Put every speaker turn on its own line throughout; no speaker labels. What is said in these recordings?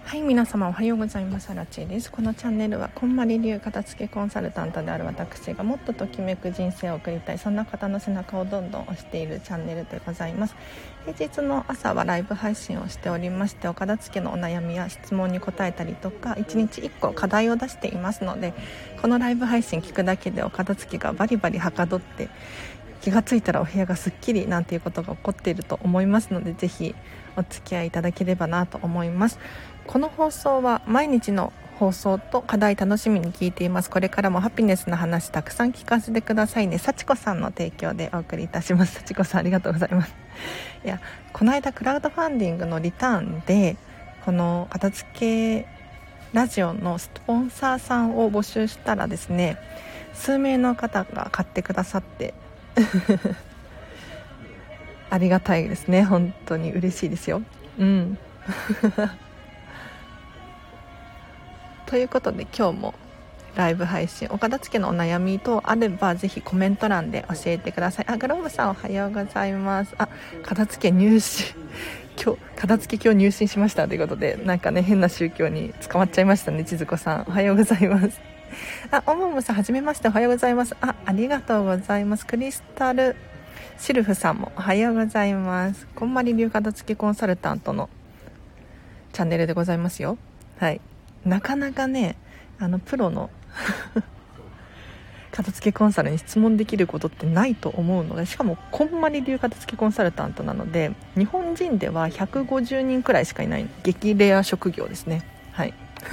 はい、皆様おはようございます。ラチェです。このチャンネルはこんまり流片付けコンサルタントである私がもっとときめく人生を送りたい、そんな方の背中をどんどん押しているチャンネルでございます。平日の朝はライブ配信をしておりまして、お片付けのお悩みや質問に答えたりとか、1日1個課題を出していますので、このライブ配信聞くだけでお片付けがバリバリはかどって、気がついたらお部屋がすっきりなんていうことが起こっていると思いますので、ぜひお付き合いいただければなと思います。この放送は毎日の放送と課題楽しみに聞いています。これからもハピネスな話たくさん聞かせてくださいね。幸子さんの提供でお送りいたします。幸子さんありがとうございます。いや、この間クラウドファンディングのリターンでこの片付けラジオのスポンサーさんを募集したらですね、数名の方が買ってくださってありがたいですね。本当に嬉しいですよ。ということで今日もライブ配信、お片付けのお悩み等あればぜひコメント欄で教えてください。グローブさんおはようございます。片付け入信片付け今日入信しましたということで、なんかね変な宗教に捕まっちゃいましたね。千鶴子さんおはようございます。おももさんはじめましておはようございます。ありがとうございます。クリスタルシルフさんもおはようございます。こんまり流片付けコンサルタントのチャンネルでございますよ。はい、なかなかねプロの片付けコンサルに質問できることってないと思うので、しかもこんまり流片付けコンサルタントなので日本人では150人くらいしかいない激レア職業ですね。はい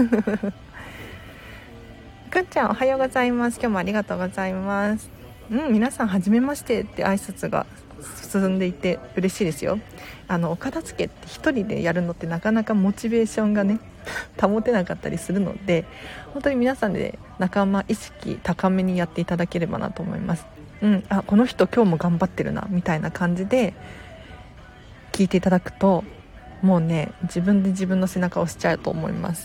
くんちゃんおはようございます。今日もありがとうございます。皆さんはじめましてって挨拶が進んでいて嬉しいですよ。お片付けって一人でやるのってなかなかモチベーションがね保てなかったりするので、本当に皆さんで仲間意識高めにやっていただければなと思います。この人今日も頑張ってるなみたいな感じで聞いていただくと、もうね自分で自分の背中を押しちゃうと思います。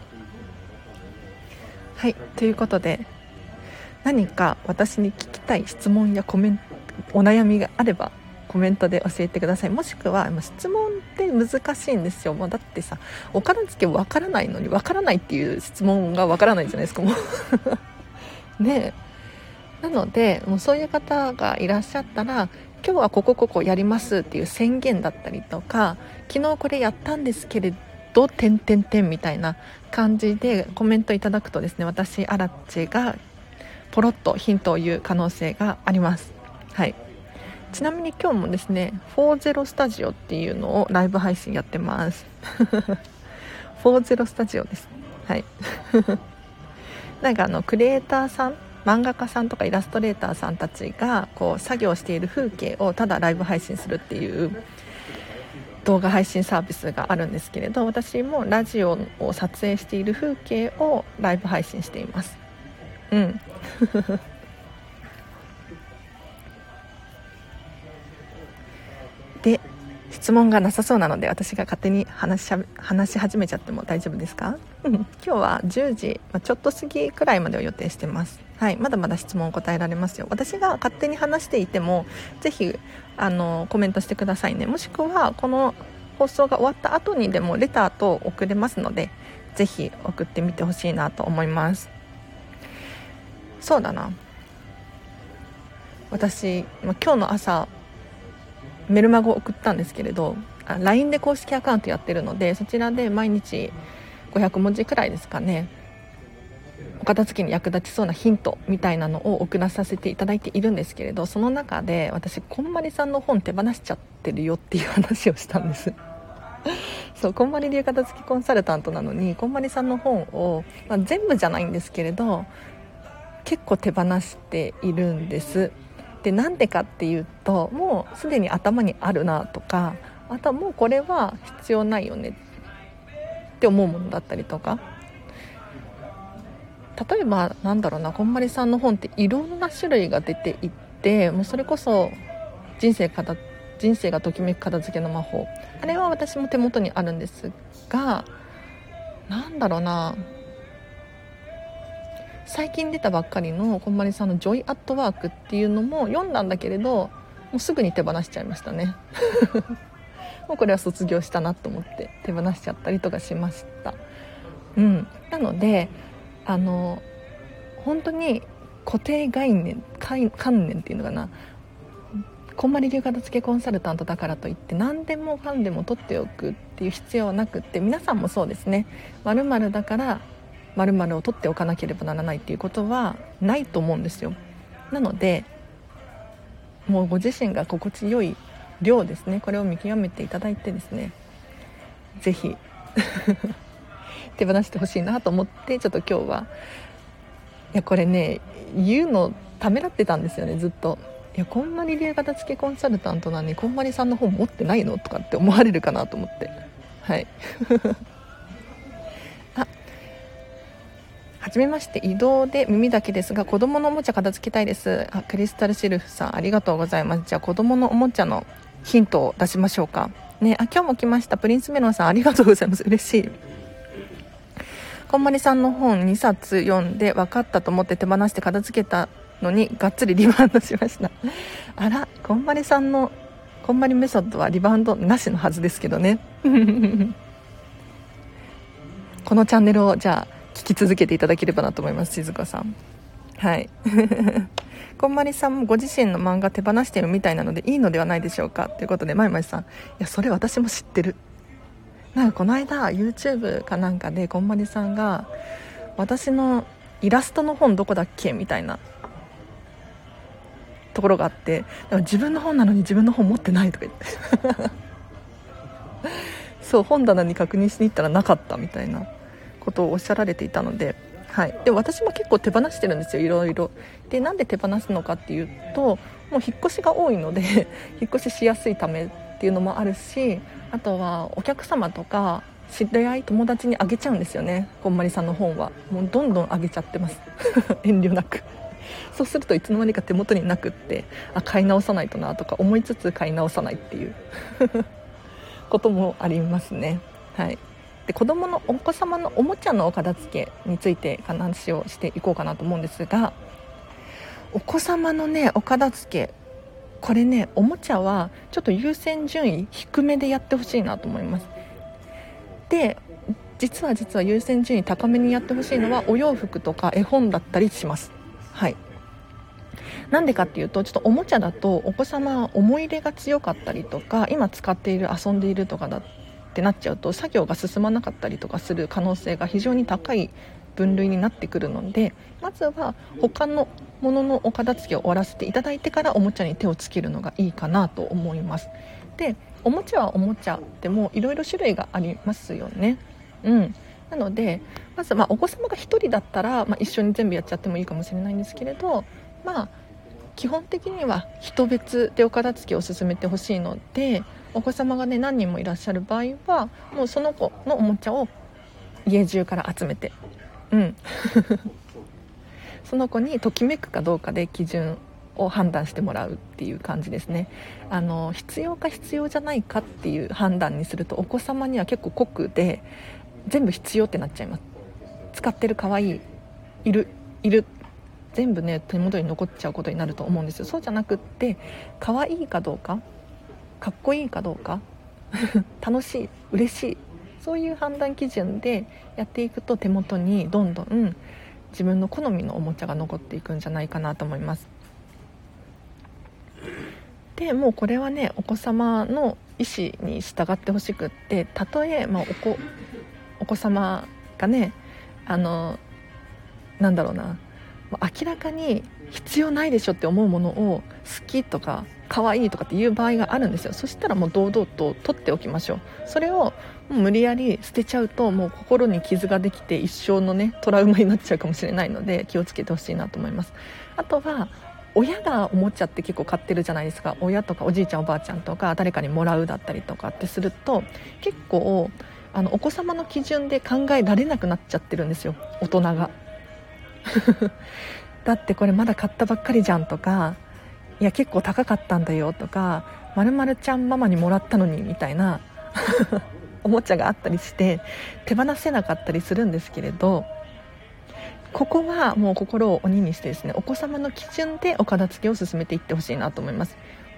はい、ということで何か私に聞きたい質問やコメント、お悩みがあればコメントで教えてください。もしくは質問って難しいんですよ。もうだってさ、お片付けわからないのにわからないっていう質問がわからないじゃないですかもうねえ、なのでもうそういう方がいらっしゃったら、今日はここやりますっていう宣言だったりとか、昨日これやったんですけれど点々点みたいな感じでコメントいただくとですね、私アラッチがポロッとヒントを言う可能性があります。はい、ちなみに今日もですね40スタジオっていうのをライブ配信やってます40スタジオです。はいなんかクリエイターさん、漫画家さんとかイラストレーターさんたちがこう作業している風景をただライブ配信するっていう動画配信サービスがあるんですけれど、私もラジオを撮影している風景をライブ配信しています。で、質問がなさそうなので私が勝手に話し始めちゃっても大丈夫ですか？今日は10時、ちょっと過ぎくらいまでを予定してます。はい、まだまだ質問答えられますよ。私が勝手に話していてもぜひコメントしてくださいね。もしくはこの放送が終わった後にでもレターと送れますので、ぜひ送ってみてほしいなと思います。そうだな、私、今日の朝メルマガを送ったんですけれど、LINE で公式アカウントやってるので、そちらで毎日500文字くらいですかね、お片付けに役立ちそうなヒントみたいなのを送らさせていただいているんですけれど、その中で私こんまりさんの本手放しちゃってるよっていう話をしたんですそう、こんまり流片付けコンサルタントなのにこんまりさんの本を、全部じゃないんですけれど結構手放しているんです。で、なんでかっていうと、もうすでに頭にあるなとか、あとはもうこれは必要ないよねって思うものだったりとか、例えばこんまりさんの本っていろんな種類が出ていって、もうそれこそ人生がときめく片付けの魔法、あれは私も手元にあるんですが、最近出たばっかりのこんまりさんのジョイアットワークっていうのも読んだんだけれど、もうすぐに手放しちゃいましたねもうこれは卒業したなと思って手放しちゃったりとかしました。なので本当に固定観念っていうのかな、こんまり流片付けコンサルタントだからといって何でもかんでも取っておくっていう必要はなくって、皆さんもそうですね、〇〇だから〇〇を取っておかなければならないっていうことはないと思うんですよ。なのでもうご自身が心地よい量ですね、これを見極めていただいてですね、ぜひ手放してほしいなと思って、ちょっと今日はいやこれね言うのためらってたんですよね、ずっと。いやこんまり流片付けコンサルタントなのにこんまりさんの本持ってないのとかって思われるかなと思って、はいはじめまして、移動で耳だけですが子供のおもちゃ片付けたいです。クリスタルシルフさんありがとうございます。じゃあ子供のおもちゃのヒントを出しましょうかね。今日も来ました、プリンスメロンさんありがとうございます。嬉しい。こんまりさんの本2冊読んで分かったと思って手放して片付けたのにがっつりリバウンドしました。あら、こんまりさんのこんまりメソッドはリバウンドなしのはずですけどねこのチャンネルをじゃあ聞き続けていただければなと思います。静子さん、はいこんまりさんもご自身の漫画手放しているみたいなのでいいのではないでしょうかということで、まいまいさん、いやそれ私も知ってる。なんかこの間 YouTube かなんかでこんまりさんが私のイラストの本どこだっけみたいなところがあって、だから自分の本なのに自分の本持ってないとか言ってそう本棚に確認しに行ったらなかったみたいなことをおっしゃられていたので、はい、で私も結構手放してるんですよ、いろいろ。でなんで手放すのかっていうと、もう引っ越しが多いので引っ越ししやすいためっていうのもあるし、あとはお客様とか知り合い友達にあげちゃうんですよね。こんまりさんの本はもうどんどんあげちゃってます遠慮なく。そうするといつの間にか手元になくって、買い直さないとなとか思いつつ買い直さないっていうこともありますね。はい。でお子様のおもちゃのお片付けについて話をしていこうかなと思うんですが、お子様のねお片付け、これねおもちゃはちょっと優先順位低めでやってほしいなと思います。で実は優先順位高めにやってほしいのはお洋服とか絵本だったりします。はい。なんでかっていうと、ちょっとおもちゃだとお子様は思い入れが強かったりとか、今使っている遊んでいるとかだってなっちゃうと作業が進まなかったりとかする可能性が非常に高い分類になってくるので、まずは他のもののお片付けを終わらせていただいてからおもちゃに手をつけるのがいいかなと思います。でおもちゃはおもちゃでもいろいろ種類がありますよね。なのでまずお子様が1人だったら、一緒に全部やっちゃってもいいかもしれないんですけれど、基本的には人別でお片付けを進めてほしいので、お子様がね何人もいらっしゃる場合はもうその子のおもちゃを家中から集めて、その子にときめくかどうかで基準を判断してもらうっていう感じですね。必要か必要じゃないかっていう判断にするとお子様には結構酷で、全部必要ってなっちゃいます。使ってる、かわいい、いる全部ね手元に残っちゃうことになると思うんですよ。そうじゃなくって、可愛いかどうか、かっこいいかどうか楽しい、嬉しい、そういう判断基準でやっていくと手元にどんどん自分の好みのおもちゃが残っていくんじゃないかなと思います。でもうこれはねお子様の意思に従ってほしくって、たとえ、お子様がねなんだろうな、明らかに必要ないでしょって思うものを好きとか可愛いとかっていう場合があるんですよ。そしたらもう堂々と取っておきましょう。それをもう無理やり捨てちゃうともう心に傷ができて一生のねトラウマになっちゃうかもしれないので気をつけてほしいなと思います。あとは親がおもちゃって結構買ってるじゃないですか。親とかおじいちゃんおばあちゃんとか誰かにもらうだったりとかってすると結構お子様の基準で考えられなくなっちゃってるんですよ、大人がだってこれまだ買ったばっかりじゃんとか、いや結構高かったんだよとか、〇〇ちゃんママにもらったのにみたいなおもちゃがあったりして手放せなかったりするんですけれど、ここはもう心を鬼にしてですね、お子様の基準でお片付けを進めていってほしいなと思います。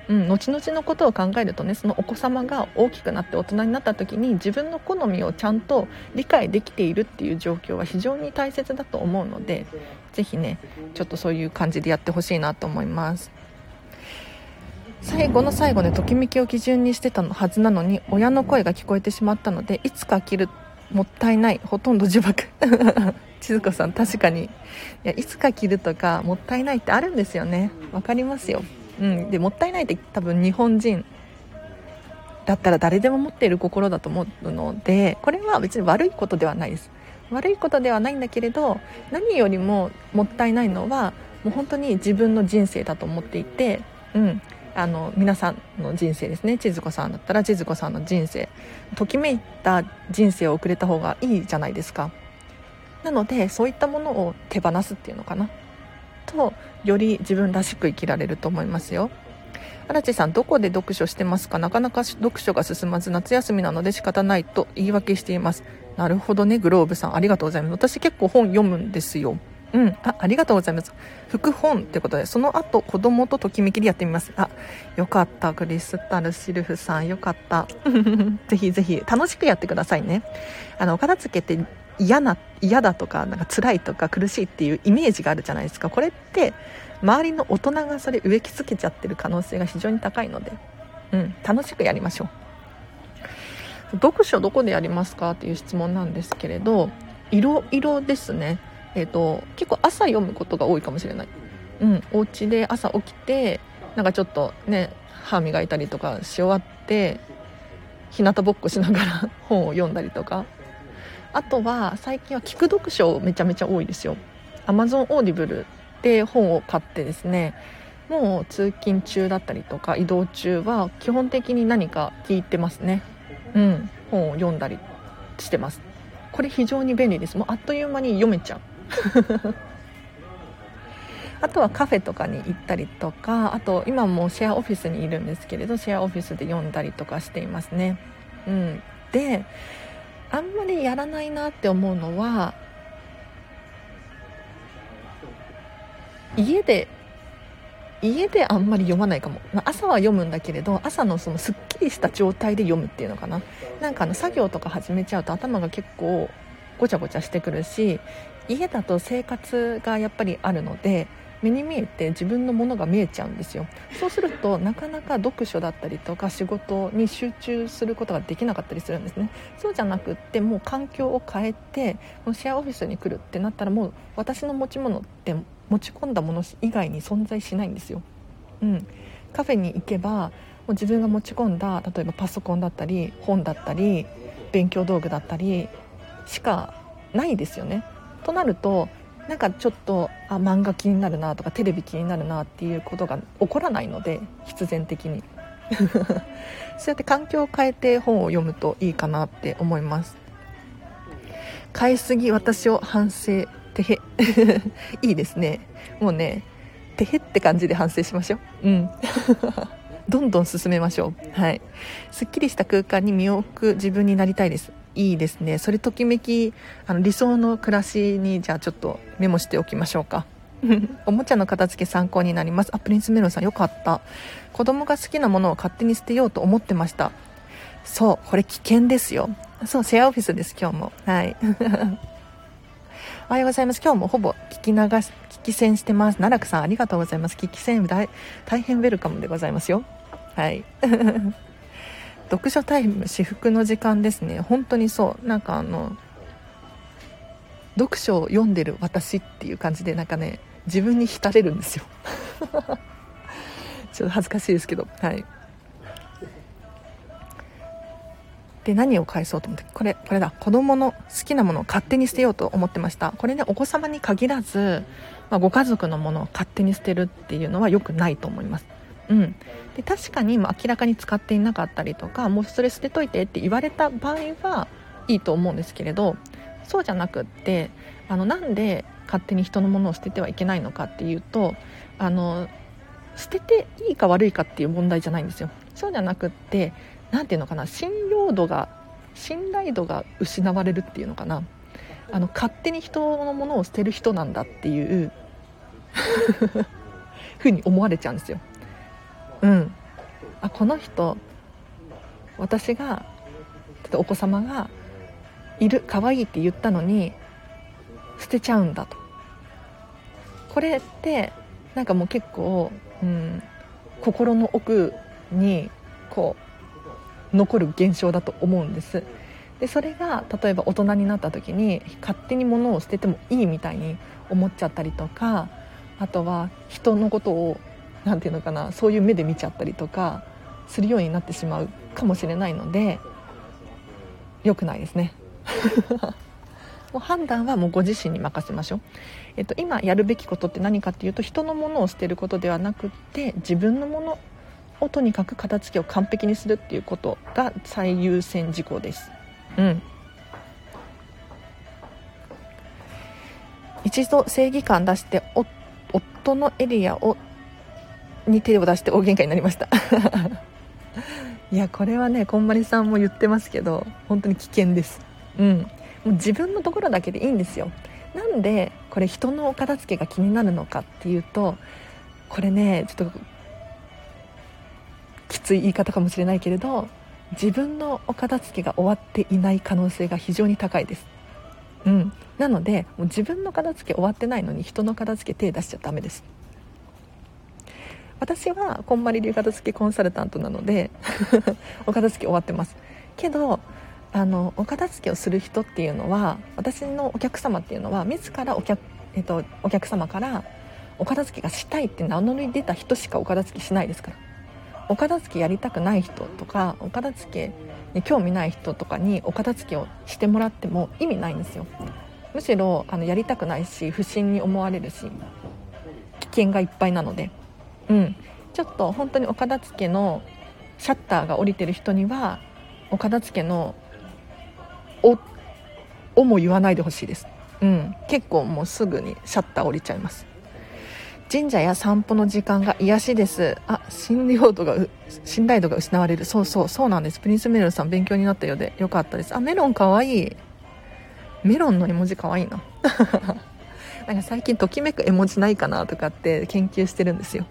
後々のことを考えるとね、そのお子様が大きくなって大人になった時に自分の好みをちゃんと理解できているっていう状況は非常に大切だと思うので、ぜひねちょっとそういう感じでやってほしいなと思います。最後の最後でときめきを基準にしてたはずなのに親の声が聞こえてしまったので、いつか着る、もったいない、ほとんど呪縛千鶴子さん、確かにいつか着るとかもったいないってあるんですよね。わかりますよ。でもったいないって多分日本人だったら誰でも持っている心だと思うので、これは別に悪いことではないです。悪いことではないんだけれど、何よりももったいないのはもう本当に自分の人生だと思っていて、皆さんの人生ですね。千鶴子さんだったら千鶴子さんの人生、ときめいた人生を送れた方がいいじゃないですか。なのでそういったものを手放すっていうのかなと、より自分らしく生きられると思いますよ。荒地さん、どこで読書してますか？なかなか読書が進まず夏休みなので仕方ないと言い訳しています。なるほどね。グローブさん、ありがとうございます。私結構本読むんですよ。ありがとうございます。副本ってことで、その後子供とときめきでやってみます。よかった。クリスタルシルフさん、よかったぜひぜひ楽しくやってくださいね。お片付けって嫌だとか、なんか辛いとか苦しいっていうイメージがあるじゃないですか。これって周りの大人がそれ植木付けちゃってる可能性が非常に高いので、楽しくやりましょう。読書どこでやりますかっていう質問なんですけれど、いろいろですね。結構朝読むことが多いかもしれない。お家で朝起きてなんかちょっとね歯磨いたりとかし終わって日向ぼっこしながら本を読んだりとか、あとは最近は聞く読書めちゃめちゃ多いですよ。 Amazon Audible で本を買ってですね、もう通勤中だったりとか移動中は基本的に何か聞いてますね。本を読んだりしてます。これ非常に便利です。もうあっという間に読めちゃうあとはカフェとかに行ったりとか、あと今もシェアオフィスにいるんですけれど、シェアオフィスで読んだりとかしていますね。で、あんまりやらないなって思うのは、家であんまり読まないかも。朝は読むんだけれど、朝のそのすっきりした状態で読むっていうのかな。なんか作業とか始めちゃうと頭が結構ごちゃごちゃしてくるし、家だと生活がやっぱりあるので目に見えて自分のものが見えちゃうんですよ。そうするとなかなか読書だったりとか仕事に集中することができなかったりするんですね。そうじゃなくって、もう環境を変えてシェアオフィスに来るってなったら、もう私の持ち物って持ち込んだもの以外に存在しないんですよ。カフェに行けばもう自分が持ち込んだ、例えばパソコンだったり本だったり勉強道具だったりしかないですよね。となるとなんかちょっと漫画気になるなとかテレビ気になるなっていうことが起こらないので、必然的にそうやって環境を変えて本を読むといいかなって思います。買いすぎ私を反省てへいいですね。もうねてへって感じで反省しましょう。どんどん進めましょう。はい。すっきりした空間に身を置く自分になりたいです。いいですね。それときめき、理想の暮らしにじゃあちょっとメモしておきましょうか。おもちゃの片付け参考になります。プリンスメロンさん、よかった。子供が好きなものを勝手に捨てようと思ってました。そう、これ危険ですよ。そう、シェアオフィスです、今日も。はい。おはようございます。今日もほぼ聞き戦してます。奈落さん、ありがとうございます。聞き戦大変ウェルカムでございますよ。はい。読書タイム至福の時間ですね。本当にそう。なんか読書を読んでる私っていう感じで、なんかね自分に浸れるんですよ。ちょっと恥ずかしいですけど、はい。で、何を返そうと思って、これだ、子供の好きなものを勝手に捨てようと思ってました。これね、お子様に限らず、ご家族のものを勝手に捨てるっていうのは良くないと思います。で、確かに明らかに使っていなかったりとか、もうそれ捨てといてって言われた場合はいいと思うんですけれど、そうじゃなくって、なんで勝手に人のものを捨ててはいけないのかっていうと、捨てていいか悪いかっていう問題じゃないんですよ。そうじゃなくって、なんていうのかな、信頼度が失われるっていうのかな。勝手に人のものを捨てる人なんだっていうふうに思われちゃうんですよ。 この人、私がお子様がいる、可愛いって言ったのに捨てちゃうんだと。これってなんかもう結構、心の奥にこう残る現象だと思うんです。でそれが例えば大人になった時に勝手に物を捨ててもいいみたいに思っちゃったりとか、あとは人のことをなんていうのかな、そういう目で見ちゃったりとかするようになってしまうかもしれないので、良くないですね。もう判断はもうご自身に任せましょう。今やるべきことって何かっていうと、人のものを捨てることではなくって、自分のものをとにかく片付けを完璧にするっていうことが最優先事項です。一度正義感出して夫のエリアに手を出して大喧嘩になりました。いやこれはね、こんまりさんも言ってますけど本当に危険です。もう自分のところだけでいいんですよ。なんでこれ人のお片付けが気になるのかっていうと、これねちょっときつい言い方かもしれないけれど、自分のお片付けが終わっていない可能性が非常に高いです。なのでもう自分の片付け終わってないのに人の片付け手出しちゃダメです。私はこんまり流片付けコンサルタントなのでお片付け終わってますけど、お片付けをする人っていうのは、私のお客様っていうのは自らお客様からお片付けがしたいって名乗り出た人しかお片付けしないですから。お片付けやりたくない人とかお片付けに興味ない人とかにお片付けをしてもらっても意味ないんですよ。むしろやりたくないし、不審に思われるし、危険がいっぱいなので、ちょっと本当にお片付けのシャッターが降りてる人にはお片付けのおも言わないでほしいです。結構もうすぐにシャッター降りちゃいます。神社や散歩の時間が癒しです。信頼度が失われる。そうなんです。プリンスメロンさん勉強になったようでよかったです。メロンかわいい。メロンの絵文字かわいいな。なんか最近ときめく絵文字ないかなとかって研究してるんですよ。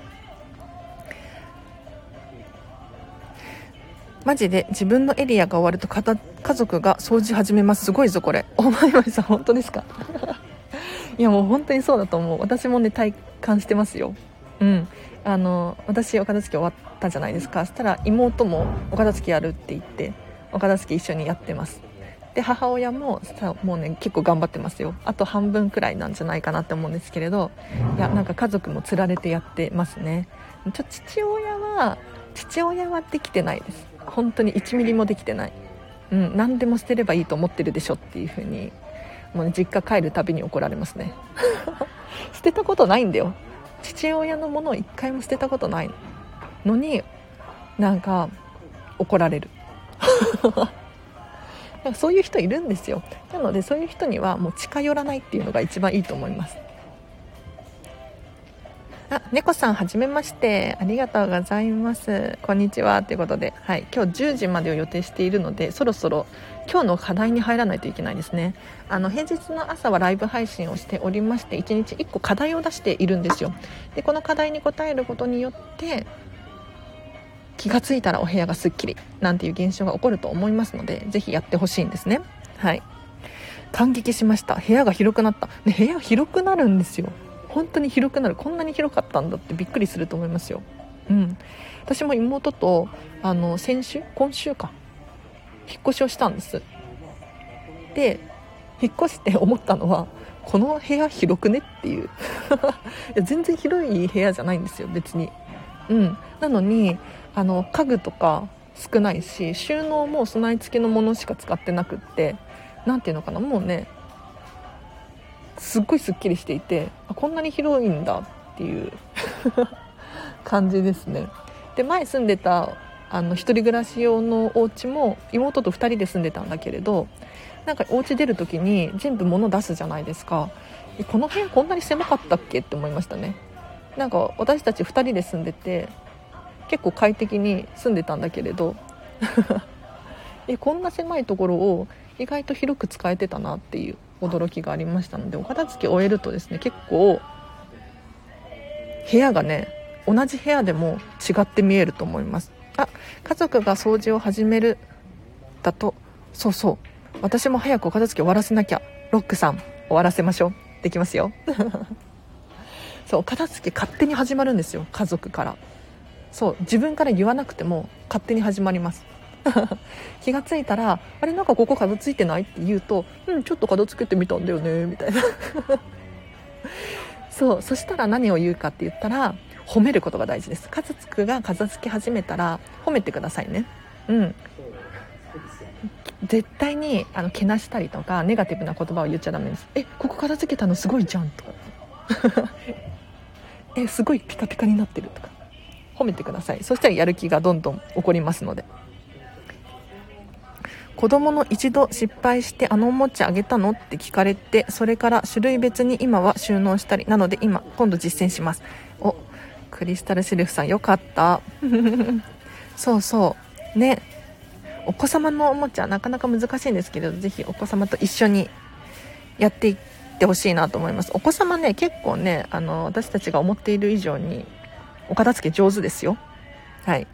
マジで自分のエリアが終わると家族が掃除始めます。すごいぞこれ。まいまいさん本当ですか？いやもう本当にそうだと思う。私もね体感してますよ。私お片付け終わったじゃないですか。そしたら妹もお片付けやるって言ってお片付け一緒にやってます。で母親ももうね結構頑張ってますよ。あと半分くらいなんじゃないかなって思うんですけれど、いやなんか家族もつられてやってますね。父親はできてないです。本当に1ミリもできてない。何でも捨てればいいと思ってるでしょっていう風にもう、実家帰るたびに怒られますね。捨てたことないんだよ。父親のものを一回も捨てたことないのになんか怒られる。そういう人いるんですよ。なのでそういう人にはもう近寄らないっていうのが一番いいと思います。猫さんはじめまして、ありがとうございます。こんにちはということで、今日10時までを予定しているので、そろそろ今日の課題に入らないといけないですね。平日の朝はライブ配信をしておりまして、1日1個課題を出しているんですよ。でこの課題に答えることによって気がついたらお部屋がすっきりなんていう現象が起こると思いますので、ぜひやってほしいんですね。感激しました。部屋が広くなった、部屋広くなるんですよ。本当に広くなる。こんなに広かったんだってびっくりすると思いますよ。私も妹と今週か引っ越しをしたんです。で引っ越して思ったのは、この部屋広くねっていういや全然広い部屋じゃないんですよ別に。なのに家具とか少ないし、収納も備え付けのものしか使ってなくって、なんていうのかな、もうねすっごいすっきりしていて、こんなに広いんだっていう感じですね。で前住んでた一人暮らし用のお家も妹と2人で住んでたんだけれど、なんかお家出る時に全部物出すじゃないですか。この部屋こんなに狭かったっけって思いましたね。なんか私たち2人で住んでて結構快適に住んでたんだけれどこんな狭いところを意外と広く使えてたなっていう驚きがありましたので、お片付け終えるとですね、結構部屋がね同じ部屋でも違って見えると思います。 あ、家族が掃除を始めるだと、そうそう、私も早くお片付け終わらせなきゃ。ロックさん、終わらせましょう。できますよそう、お片付け勝手に始まるんですよ、家族から。そう、自分から言わなくても勝手に始まります気がついたら、あれ、なんかここ片付いてないって言うと、ちょっと片付けてみたんだよねみたいなそう、そしたら何を言うかって言ったら、褒めることが大事です。家族が片付け始めたら褒めてくださいね。絶対にけなしたりとかネガティブな言葉を言っちゃダメです。ここ片付けたのすごいじゃんとかすごいピカピカになってるとか褒めてください。そしたらやる気がどんどん起こりますので。子供の一度失敗しておもちゃあげたのって聞かれて、それから種類別に今は収納したり、なので今度実践します。お、クリスタルシルフさんよかったそうそうね、お子様のおもちゃなかなか難しいんですけど、ぜひお子様と一緒にやっていってほしいなと思います。お子様ね、結構ね、私たちが思っている以上にお片付け上手ですよ。はい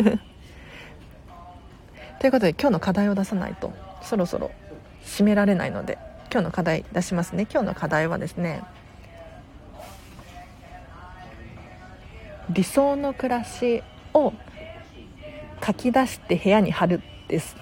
ということで、今日の課題を出さないとそろそろ締められないので、今日の課題出しますね。今日の課題はですね、理想の暮らしを書き出して部屋に貼るです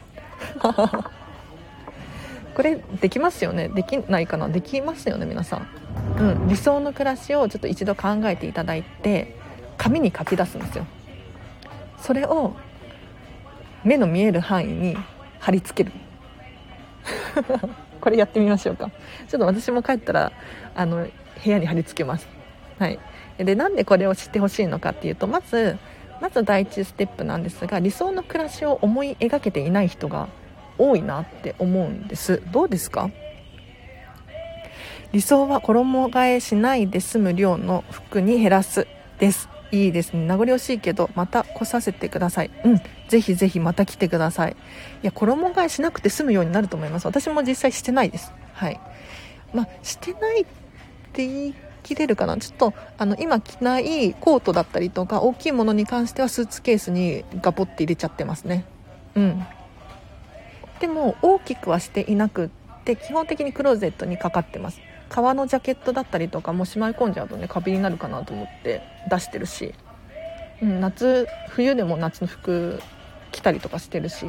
これできますよね。できないかな。できますよね皆さん。理想の暮らしをちょっと一度考えていただいて、紙に書き出すんですよ。それを目の見える範囲に貼り付けるこれやってみましょうか。ちょっと私も帰ったら部屋に貼り付けます。はい。で、なんでこれを知ってほしいのかっていうと、まず第一ステップなんですが、理想の暮らしを思い描けていない人が多いなって思うんです。どうですか？理想は衣替えしないで済む量の服に減らすです。いいですね。名残惜しいけどまた来させてください。ぜひぜひまた来てください。いや、衣替えしなくて済むようになると思います。私も実際してないです。はい。してないって言い切れるかな。ちょっと今着ないコートだったりとか大きいものに関してはスーツケースにガポって入れちゃってますね。でも大きくはしていなくって、基本的にクローゼットにかかってます。革のジャケットだったりとかもしまい込んじゃうとね、カビになるかなと思って出してるし、冬でも夏の服着たりとかしてるし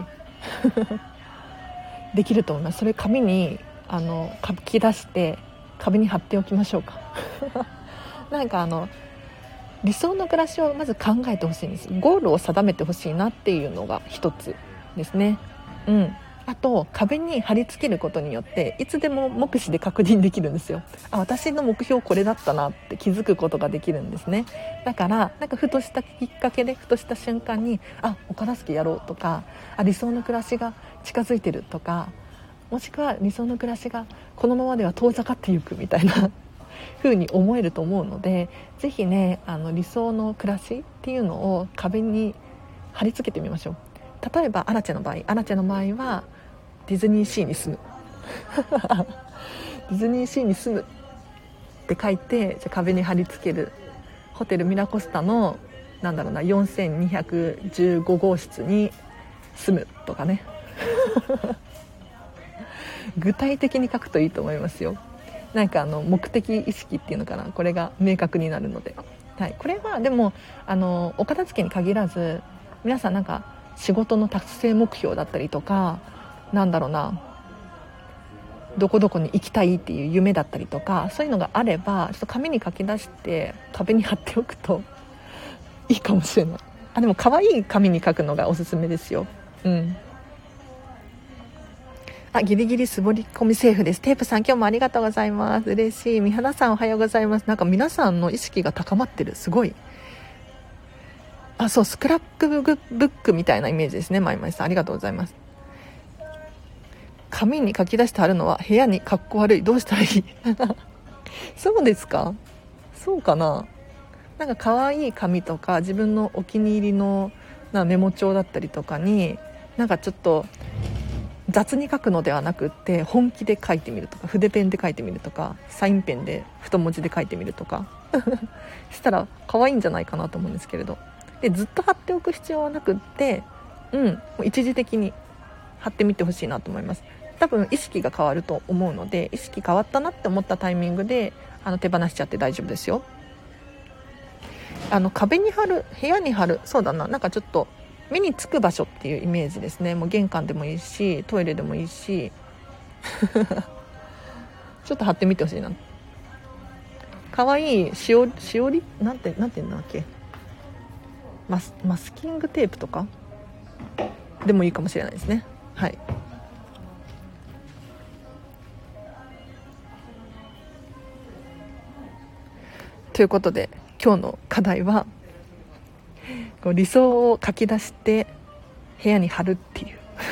できると思います。それ紙に書き出して壁に貼っておきましょうかなんか理想の暮らしをまず考えてほしいんです。ゴールを定めてほしいなっていうのが一つですね。あと壁に貼り付けることによっていつでも目視で確認できるんですよ。私の目標これだったなって気づくことができるんですね。だからふとしたきっかけで、ふとした瞬間にお片付けやろうとか、理想の暮らしが近づいてるとか、もしくは理想の暮らしがこのままでは遠ざかっていくみたいな風に思えると思うので、ぜひね、理想の暮らしっていうのを壁に貼り付けてみましょう。例えばアラチェの場合はディズニーシーに住むディズニーシーに住むって書いて、じゃ壁に貼り付ける。ホテルミラコスタの4215号室に住むとかね具体的に書くといいと思いますよ。目的意識っていうのかな、これが明確になるので、はい、これはでもお片付けに限らず、皆さん仕事の達成目標だったりとか、どこどこに行きたいっていう夢だったりとか、そういうのがあればちょっと紙に書き出して壁に貼っておくといいかもしれない。でも可愛い紙に書くのがおすすめですよ。ギリギリ絞り込みセーフです。テープさん、今日もありがとうございます。嬉しい。三原さん、おはようございます。皆さんの意識が高まってる。すごい。そう、スクラップブックみたいなイメージですね。まいまいさん、ありがとうございます。紙に書き出してあるのは部屋にかっこ悪い。どうしたらいいそうですか？そうかな。可愛い紙とか自分のお気に入りのメモ帳だったりとかにちょっと雑に書くのではなくって本気で書いてみるとか、筆ペンで書いてみるとか、サインペンで太文字で書いてみるとかしたら可愛いんじゃないかなと思うんですけれど、 でずっと貼っておく必要はなくって、もう一時的に貼ってみてほしいなと思います。多分意識が変わると思うので、意識変わったなって思ったタイミングで手放しちゃって大丈夫ですよ。壁に貼る、部屋に貼る、そうだな、なんかちょっと目につく場所っていうイメージですね。もう玄関でもいいし、トイレでもいいしちょっと貼ってみてほしいな。かわいいしおりなんて言うんだっけ、マスキングテープとかでもいいかもしれないですね。はい。ということで今日の課題は理想を書き出して部屋に貼るって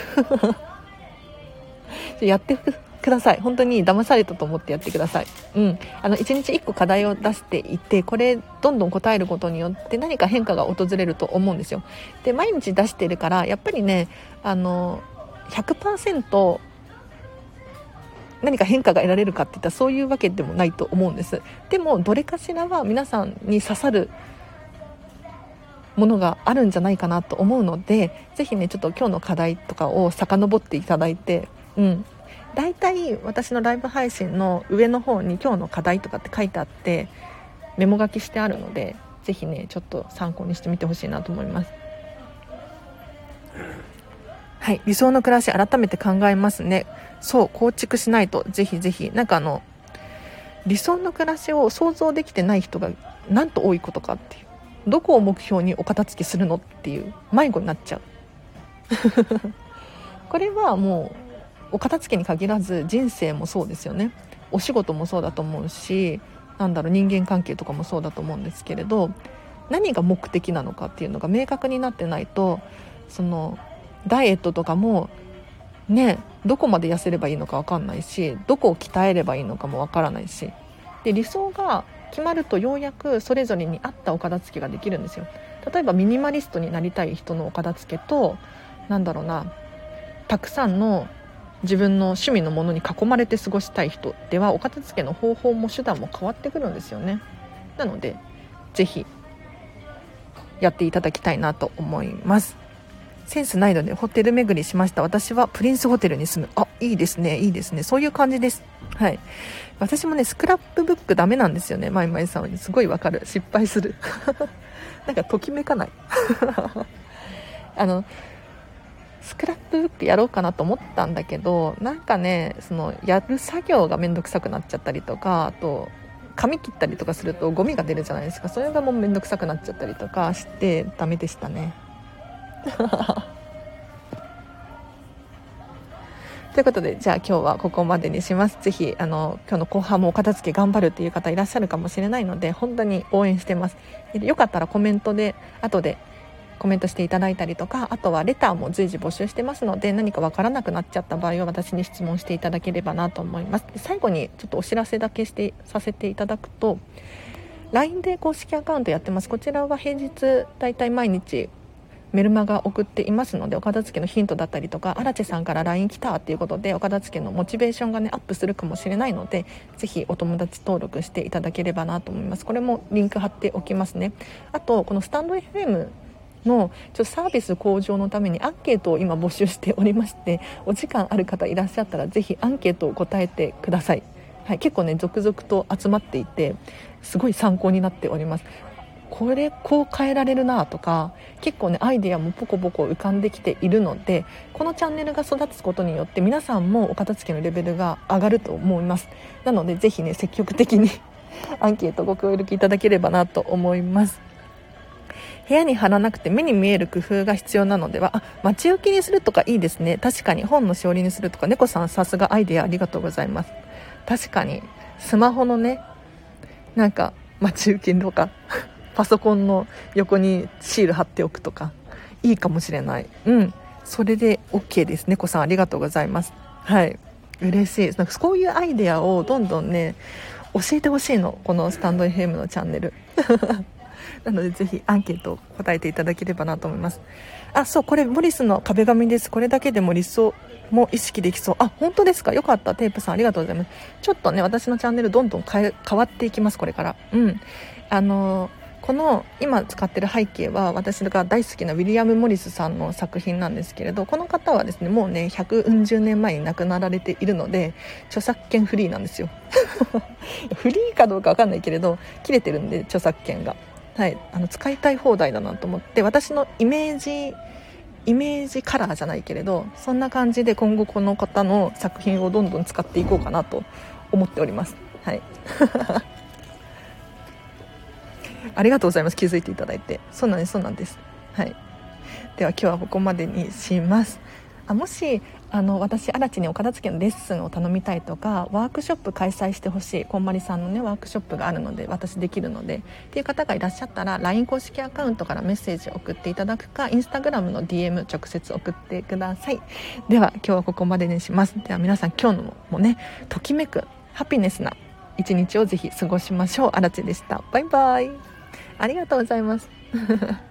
いうやってください。本当に騙されたと思ってやってください。1日1個課題を出していて、これどんどん答えることによって何か変化が訪れると思うんですよ。で、毎日出してるからやっぱりね、100% 何か変化が得られるかっていったらそういうわけでもないと思うんです。でもどれかしらは皆さんに刺さるものがあるんじゃないかなと思うので、ぜひねちょっと今日の課題とかを遡っていただいて、だいたい私のライブ配信の上の方に今日の課題とかって書いてあってメモ書きしてあるので、ぜひねちょっと参考にしてみてほしいなと思います。はい、理想の暮らし改めて考えますね。そう、構築しないと。ぜひぜひ、なんか理想の暮らしを想像できてない人がなんと多いことかっていう、どこを目標にお片付けするのっていう迷子になっちゃうこれはもうお片付けに限らず人生もそうですよね。お仕事もそうだと思うし、人間関係とかもそうだと思うんですけれど、何が目的なのかっていうのが明確になってないと、そのダイエットとかもね、どこまで痩せればいいのか分かんないし、どこを鍛えればいいのかも分からないし、で理想が決まるとようやくそれぞれに合ったお片付けができるんですよ。例えばミニマリストになりたい人のお片付けと、たくさんの自分の趣味のものに囲まれて過ごしたい人ではお片付けの方法も手段も変わってくるんですよね。なのでぜひやっていただきたいなと思います。センスないのでホテル巡りしました。私はプリンスホテルに住む。いいですね、いいですね。そういう感じです。はい。私もねスクラップブックダメなんですよね。マイマイさんにすごいわかる。失敗するなんかときめかないスクラップブックやろうかなと思ったんだけど、なんかねやる作業がめんどくさくなっちゃったりとか、あと紙切ったりとかするとゴミが出るじゃないですか。それがもうめんどくさくなっちゃったりとかしてダメでしたねということで、じゃあ今日はここまでにします。ぜひ今日の後半もお片付け頑張るっていう方いらっしゃるかもしれないので、本当に応援してます。よかったらコメントで後でコメントしていただいたりとか、あとはレターも随時募集してますので、何かわからなくなっちゃった場合は私に質問していただければなと思います。で、最後にちょっとお知らせだけさせていただくと、 LINE で公式アカウントやってます。こちらは平日だいたい毎日メルマガ送っていますので、お片付けのヒントだったりとか、荒地さんから LINE 来たっていうことでお片付けのモチベーションがねアップするかもしれないので、ぜひお友達登録していただければなと思います。これもリンク貼っておきますね。あとこのスタンド FM のサービス向上のためにアンケートを今募集しておりまして、お時間ある方いらっしゃったらぜひアンケートを答えてください。はい、結構ね続々と集まっていてすごい参考になっております。こう変えられるなとか、結構ねアイデアもポコポコ浮かんできているので、このチャンネルが育つことによって皆さんもお片付けのレベルが上がると思います。なのでぜひね積極的にアンケートご協力いただければなと思います。部屋に貼らなくて目に見える工夫が必要なのでは、待ち受けにするとかいいですね。確かに本のしおりにするとか、猫さんさすがアイデアありがとうございます。確かにスマホのねなんか待ち受けとかパソコンの横にシール貼っておくとかいいかもしれない。それで OK です。猫さんありがとうございます。はい、嬉しいです。なんかこういうアイデアをどんどんね教えてほしいの、このスタンド FM のチャンネルなのでぜひアンケートを答えていただければなと思います。そう、これモリスの壁紙です。これだけでも理想も意識できそう。本当ですか。よかった。テープさんありがとうございます。ちょっとね私のチャンネルどんどん変わっていきますこれから。ここの今使ってる背景は私が大好きなウィリアム・モリスさんの作品なんですけれど、この方はですねもうね100うん十年前に亡くなられているので著作権フリーなんですよフリーかどうか分かんないけれど切れてるんで著作権が、はい、使いたい放題だなと思って、私のイメージカラーじゃないけれどそんな感じで今後この方の作品をどんどん使っていこうかなと思っております。はいありがとうございます。気づいていただいて。そうなんです。はい。では今日はここまでにします。もし私荒地にお片付けのレッスンを頼みたいとか、ワークショップ開催してほしい、こんまりさんのねワークショップがあるので私できるのでっていう方がいらっしゃったら LINE 公式アカウントからメッセージを送っていただくか、 Instagram の DM 直接送ってください。では今日はここまでにします。では皆さん今日のもねときめくハピネスな一日をぜひ過ごしましょう。荒地でした。バイバイ。ありがとうございます